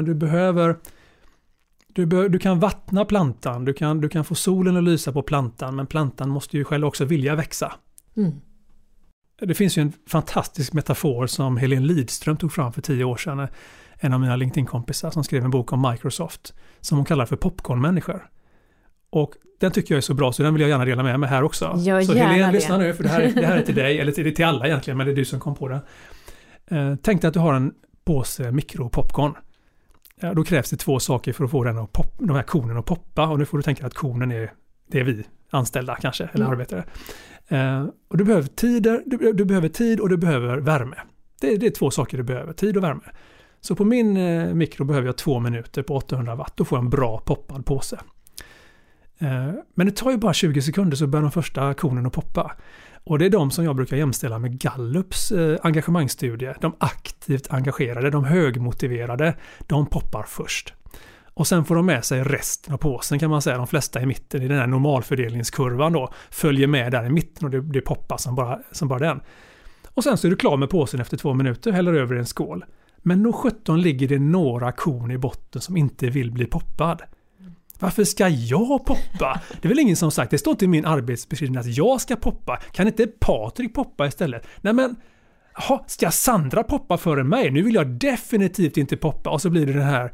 B: du kan vattna plantan, du kan få solen att lysa på plantan, men plantan måste ju själv också vilja växa. Det finns ju en fantastisk metafor som Helene Lidström tog fram för 10 år sedan, en av mina LinkedIn-kompisar som skrev en bok om Microsoft som hon kallar för popcornmänniskor. Och den tycker jag är så bra, så den vill jag gärna dela med mig här också. Så Helene, lyssna nu, för det här är till dig, eller till alla egentligen, men det är du som kom på det. Tänk dig att du har en påse mikropopcorn. Ja, då krävs det 2 saker för att få de här konen att poppa. Och nu får du tänka att konen det är vi anställda kanske, eller arbetare. Och du behöver tid och du behöver värme. Det är 2 saker du behöver, tid och värme. Så på min mikro behöver jag 2 minuter på 800 watt. Då får jag en bra poppad påse. Men det tar ju bara 20 sekunder så börjar de första konen att poppa. Och det är de som jag brukar jämställa med Gallups engagemangsstudie. De aktivt engagerade, de högmotiverade, de poppar först. Och sen får de med sig resten av påsen, kan man säga. De flesta i mitten i den här normalfördelningskurvan då följer med där i mitten och det poppar som bara den. Och sen så är du klar med påsen efter 2 minuter, häller över en skål. Men nog 17 ligger det några korn i botten som inte vill bli poppad. Varför ska jag poppa? Det är väl ingen som sagt, det står inte i min arbetsbeskrivning att jag ska poppa. Kan inte Patrik poppa istället? Nej men, ska Sandra poppa före mig? Nu vill jag definitivt inte poppa. Och så blir det den här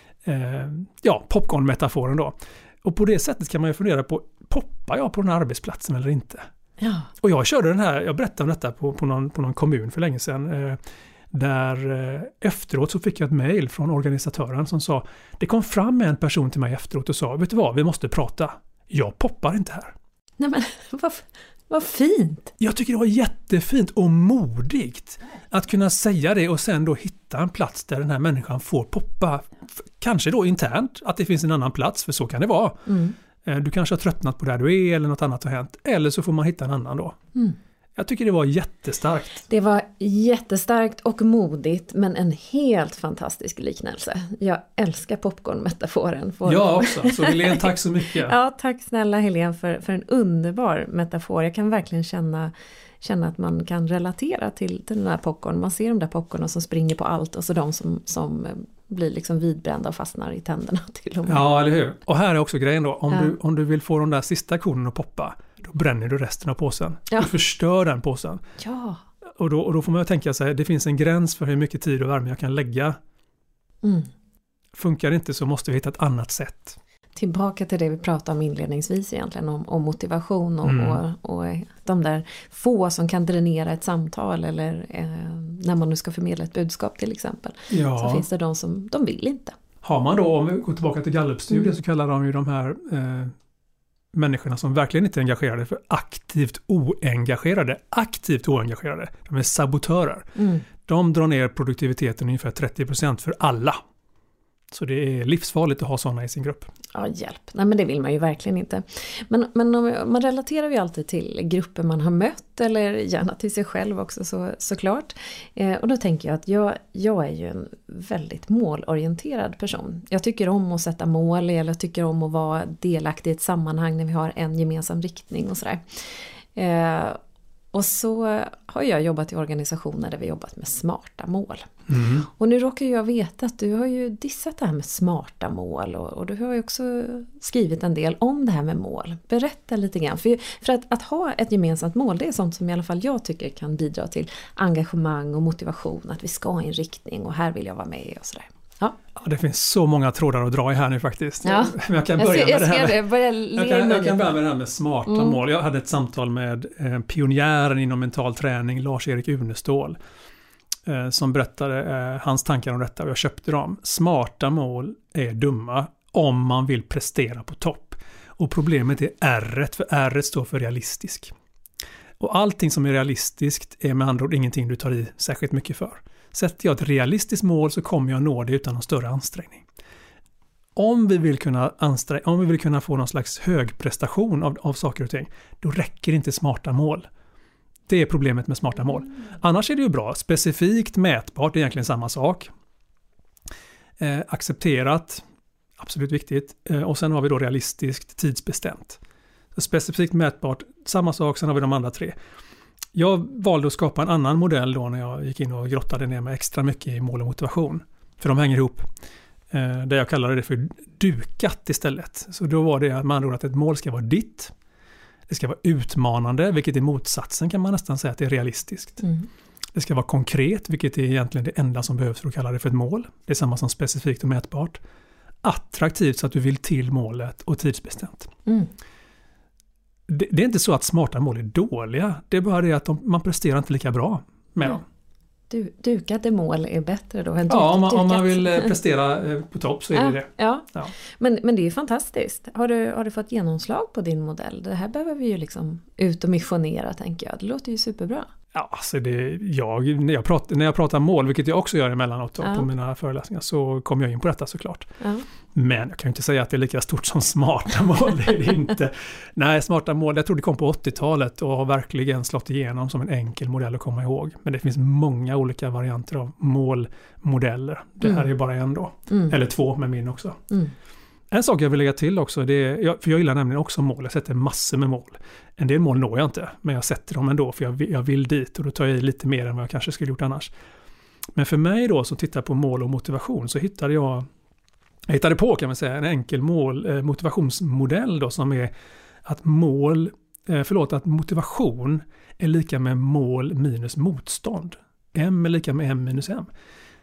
B: popcorn-metaforen då. Och på det sättet kan man ju fundera på, poppar jag på den här arbetsplatsen eller inte?
A: Ja.
B: Och jag berättade om detta på någon kommun för länge sedan. Där efteråt så fick jag ett mejl från organisatören som sa, det kom fram en person till mig efteråt och sa, vet du vad, vi måste prata. Jag poppar inte här.
A: Nej men, vad fint.
B: Jag tycker det var jättefint och modigt att kunna säga det och sen då hitta en plats där den här människan får poppa. Kanske då internt, att det finns en annan plats, för så kan det vara. Du kanske har tröttnat på där du är eller något annat har hänt. Eller så får man hitta en annan då. Jag tycker det var jättestarkt.
A: Det var jättestarkt och modigt, men en helt fantastisk liknelse. Jag älskar popcorn-metaforen.
B: Jag också, så Helene, tack så mycket.
A: Ja, tack snälla Helene för en underbar metafor. Jag kan verkligen känna att man kan relatera till den här popcorn. Man ser de där popcornen som springer på allt och så de som blir liksom vidbrända och fastnar i tänderna till och med.
B: Ja, eller hur? Och här är också grejen då. Om du vill få de där sista kornen att poppa, då bränner du resten av påsen. Ja. Du förstör den påsen.
A: Ja.
B: Och då får man ju tänka sig, det finns en gräns för hur mycket tid och värme jag kan lägga. Funkar det inte så måste vi hitta ett annat sätt.
A: Tillbaka till det vi pratade om inledningsvis egentligen, om motivation och de där få som kan dränera ett samtal eller när man nu ska förmedla ett budskap till exempel. Ja. Så finns det de som de vill inte.
B: Har man då, om vi går tillbaka till Gallup-studien så kallar de ju de här människorna som verkligen inte är engagerade för aktivt oengagerade. Aktivt oengagerade. De är sabotörer. De drar ner produktiviteten ungefär 30% för alla. Så det är livsfarligt att ha sådana i sin grupp.
A: Ja, hjälp. Nej, men det vill man ju verkligen inte. Men man relaterar ju alltid till grupper man har mött eller gärna till sig själv också såklart. Och då tänker jag att jag är ju en väldigt målorienterad person. Jag tycker om att sätta mål eller jag tycker om att vara delaktig i ett sammanhang när vi har en gemensam riktning och sådär. Och så har jag jobbat i organisationer där vi jobbat med smarta mål. Och nu råkar jag veta att du har ju dissat det här med smarta mål och du har ju också skrivit en del om det här med mål. Berätta lite grann. För att ha ett gemensamt mål, det är sånt som i alla fall jag tycker kan bidra till engagemang och motivation. Att vi ska ha en riktning och här vill jag vara med och sådär. Ja.
B: Ja, det finns så många trådar att dra i här nu faktiskt.
A: Ja.
B: Men jag kan börja med det här med smarta mål. Jag hade ett samtal med pionjären inom mental träning, Lars-Erik Unestål, som berättade hans tankar om detta och jag köpte dem. Smarta mål är dumma om man vill prestera på topp. Och problemet är R, för R står för realistisk. Och allting som är realistiskt är med andra ord ingenting du tar i särskilt mycket för. Sätter jag ett realistiskt mål så kommer jag nå det utan någon större ansträngning. Om vi vill kunna få någon slags hög prestation av saker och ting, då räcker inte smarta mål. Det är problemet med smarta mål. Annars är det ju bra. Specifikt mätbart är egentligen samma sak. Accepterat, absolut viktigt. Och sen har vi då realistiskt, tidsbestämt. Så specifikt mätbart, samma sak, sen har vi de andra tre. Jag valde att skapa en annan modell då när jag gick in och grottade ner mig extra mycket i mål och motivation. För de hänger ihop. Där jag kallade det för dukat istället. Så då var det med andra ord att ett mål ska vara ditt. Det ska vara utmanande, vilket är motsatsen kan man nästan säga att det är realistiskt. Det ska vara konkret, vilket är egentligen det enda som behövs för att kalla det för ett mål. Det är samma som specifikt och mätbart. Attraktivt så att du vill till målet och tidsbestämt. Det är inte så att smarta mål är dåliga. Det är bara det att man presterar inte lika bra med dem.
A: Dukade mål är bättre då än
B: om man vill prestera på topp så är det.
A: Ja. Men det är ju fantastiskt. Har du fått genomslag på din modell? Det här behöver vi ju liksom ut och missionera, tänker jag. Det låter ju superbra.
B: Ja, alltså när jag pratar mål, vilket jag också gör emellanåt på mina föreläsningar, så kommer jag in på detta såklart. Men jag kan ju inte säga att det är lika stort som smarta mål. Det är det inte. Nej, smarta mål, jag tror det kom på 80-talet och har verkligen slått igenom som en enkel modell att komma ihåg. Men det finns många olika varianter av målmodeller. Det här är bara en då. Eller två med min också. En sak jag vill lägga till också, för jag gillar nämligen också mål. Jag sätter massor med mål. En del mål når jag inte, men jag sätter dem ändå för jag vill dit och då tar jag i lite mer än vad jag kanske skulle gjort annars. Men för mig då som tittar på mål och motivation så hittade jag på kan man säga en enkel motivationsmodell då som är att motivation är lika med mål minus motstånd. M är lika med M minus M.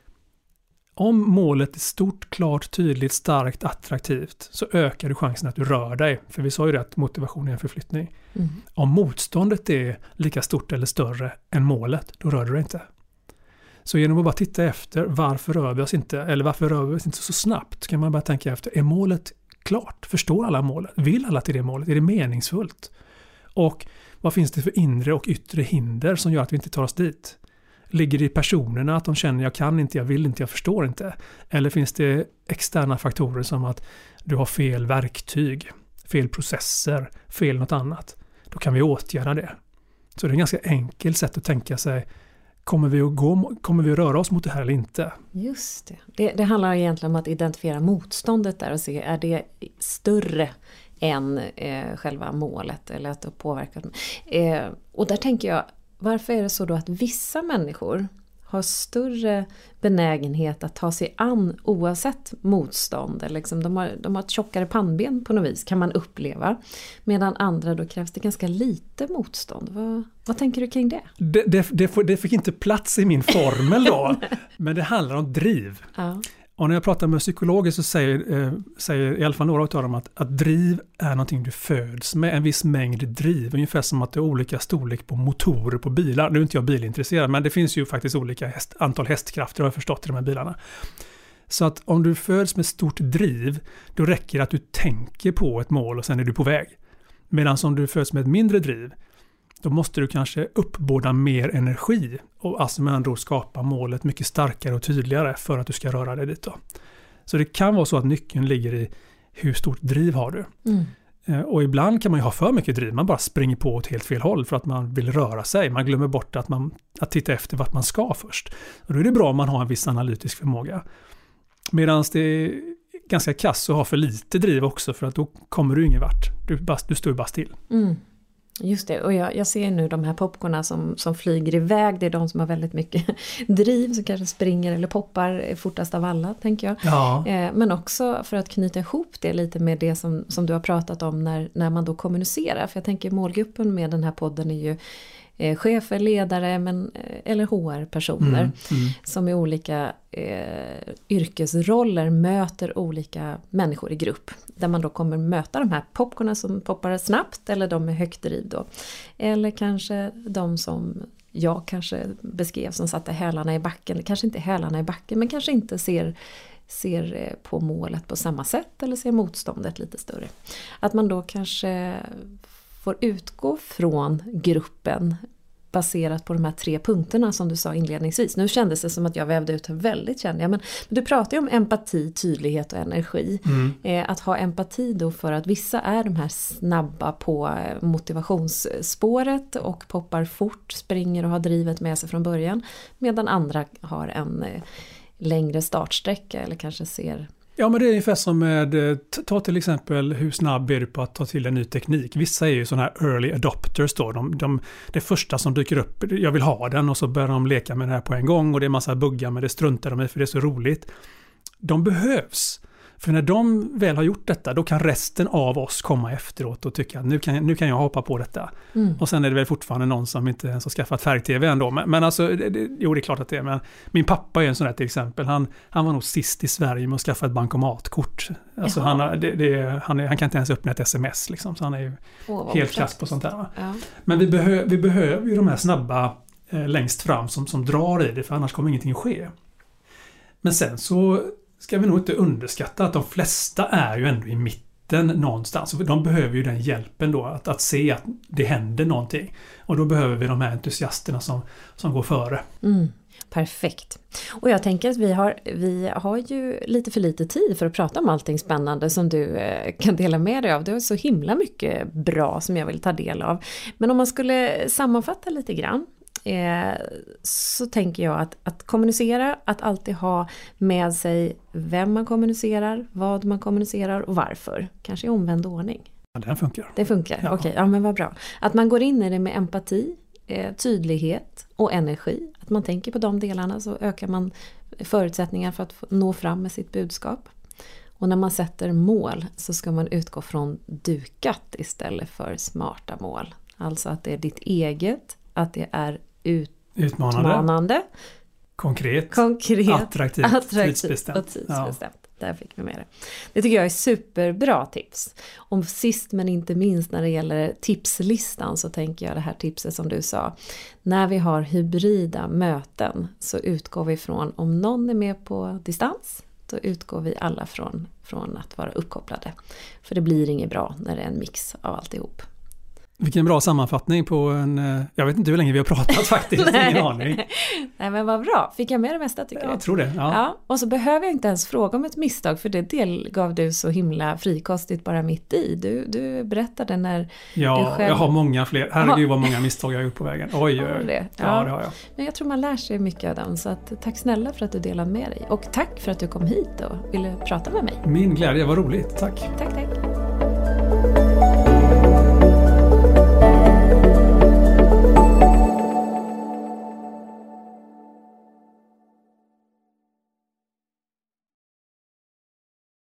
B: Om målet är stort, klart, tydligt, starkt, attraktivt så ökar du chansen att du rör dig. För vi sa ju det att motivation är en förflyttning. Om motståndet är lika stort eller större än målet, då rör du dig inte. Så genom att bara titta efter varför rör vi oss inte så snabbt kan man bara tänka efter, är målet klart? Förstår alla målet? Vill alla till det målet? Är det meningsfullt? Och vad finns det för inre och yttre hinder som gör att vi inte tar oss dit? Ligger det i personerna att de känner jag kan inte, jag vill inte, jag förstår inte? Eller finns det externa faktorer som att du har fel verktyg, fel processer, fel något annat? Då kan vi åtgärda det. Så det är ett ganska enkelt sätt att tänka sig, kommer vi att röra oss mot det här eller inte?
A: Just det. Det handlar egentligen om att identifiera motståndet där och se, är det större än själva målet eller att påverka. Och där tänker jag, varför är det så då att vissa människor har större benägenhet att ta sig an oavsett motstånd? Eller liksom de har ett tjockare pannben på något vis, kan man uppleva. Medan andra då krävs det ganska lite motstånd. Vad tänker du kring det?
B: Det fick inte plats i min formel då. Men det handlar om driv.
A: Ja.
B: Och när jag pratar med psykologer så säger i alla fall några av dem att driv är någonting du föds med, en viss mängd driv. Ungefär som att det är olika storlek på motorer på bilar. Nu är inte jag bilintresserad, men det finns ju faktiskt olika antal hästkrafter har jag förstått i de här bilarna. Så att om du föds med stort driv, då räcker det att du tänker på ett mål och sen är du på väg. Medan om du föds med ett mindre driv, då måste du kanske uppbåda mer energi och alltså med andra ord skapa målet mycket starkare och tydligare för att du ska röra dig dit då. Så det kan vara så att nyckeln ligger i hur stort driv har du. Och ibland kan man ju ha för mycket driv, man bara springer på åt helt fel håll för att man vill röra sig. Man glömmer bort att titta efter vart man ska först. Och då är det bra om man har en viss analytisk förmåga. Medan det är ganska kass att ha för lite driv också, för att då kommer du ingen vart. Du står bara still.
A: Just det, och jag ser nu de här popcorna som flyger iväg. Det är de som har väldigt mycket driv, som kanske springer eller poppar fortast av alla, tänker jag.
B: Ja.
A: Men också för att knyta ihop det lite med det som du har pratat om när man då kommunicerar. För jag tänker målgruppen med den här podden är ju chefer, ledare eller HR-personer som i olika yrkesroller möter olika människor i grupp. Där man då kommer möta de här popcorna som poppar snabbt eller de med högt driv då. Eller kanske de som jag kanske beskrev som satte hälarna i backen. Kanske inte hälarna i backen, men kanske inte ser på målet på samma sätt eller ser motståndet lite större. Att man då kanske får utgå från gruppen baserat på de här 3 punkterna som du sa inledningsvis. Nu kändes det som att jag vävde ut väldigt, kände jag. Men du pratar ju om empati, tydlighet och energi. Att ha empati då för att vissa är de här snabba på motivationsspåret och poppar fort, springer och har drivet med sig från början. Medan andra har en längre startsträcka eller kanske ser...
B: Ja, men det är ungefär som med, ta till exempel hur snabb är du på att ta till en ny teknik. Vissa är ju sådana här early adopters då. Det första som dyker upp, jag vill ha den, och så börjar de leka med det här på en gång och det är massa buggar, men det struntar de i för det är så roligt. De behövs. För när de väl har gjort detta, då kan resten av oss komma efteråt och tycka att nu kan jag hoppa på detta. Och sen är det väl fortfarande någon som inte ens har skaffat färg-tv ändå. Men alltså, jo, det är klart att det är. Men min pappa är en sån här till exempel. Han var nog sist i Sverige med att skaffa ett bankomatkort. Alltså han kan inte ens öppna ett sms liksom. Så han är ju helt kass på sånt där. Ja. Men vi behöver ju de här snabba längst fram som drar i det, för annars kommer ingenting att ske. Men sen så ska vi nog inte underskatta att de flesta är ju ändå i mitten någonstans. De behöver ju den hjälpen då att se att det händer någonting. Och då behöver vi de här entusiasterna som går före.
A: Perfekt. Och jag tänker att vi har ju lite för lite tid för att prata om allting spännande som du kan dela med dig av. Det är så himla mycket bra som jag vill ta del av. Men om man skulle sammanfatta lite grann, så tänker jag att kommunicera, att alltid ha med sig vem man kommunicerar, vad man kommunicerar och varför. Kanske i omvänd ordning.
B: Ja, den funkar.
A: Det funkar,
B: ja.
A: Okej, ja men vad bra. Att man går in i det med empati, tydlighet och energi. Att att man tänker på de delarna så ökar man förutsättningar för att nå fram med sitt budskap. Och när man sätter mål så ska man utgå från dukat istället för smarta mål. Alltså att det är ditt eget, att det är utmanande.
B: Konkret.
A: Attraktivt
B: tidsbestämt.
A: Och tidsbestämt. Där fick vi med det. Det tycker jag är superbra tips. Om sist men inte minst när det gäller tipslistan så tänker jag det här tipset som du sa. När vi har hybrida möten så utgår vi från om någon är med på distans. Då utgår vi alla från att vara uppkopplade. För det blir inget bra när det är en mix av alltihop.
B: Vilken bra sammanfattning på jag vet inte hur länge vi har pratat faktiskt, ingen aning.
A: Nej men vad bra, fick jag med det mesta tycker du?
B: Jag tror det, ja.
A: Och så behöver jag inte ens fråga om ett misstag för det delgav du så himla frikostigt bara mitt i. Du berättade när du själv...
B: jag har många fler, herregud vad många misstag jag har gjort på vägen. Oj. Ja, det har jag.
A: Men jag tror man lär sig mycket av dem så att, tack snälla för att du delade med dig. Och tack för att du kom hit och ville prata med mig.
B: Min glädje, var roligt, tack.
A: Tack.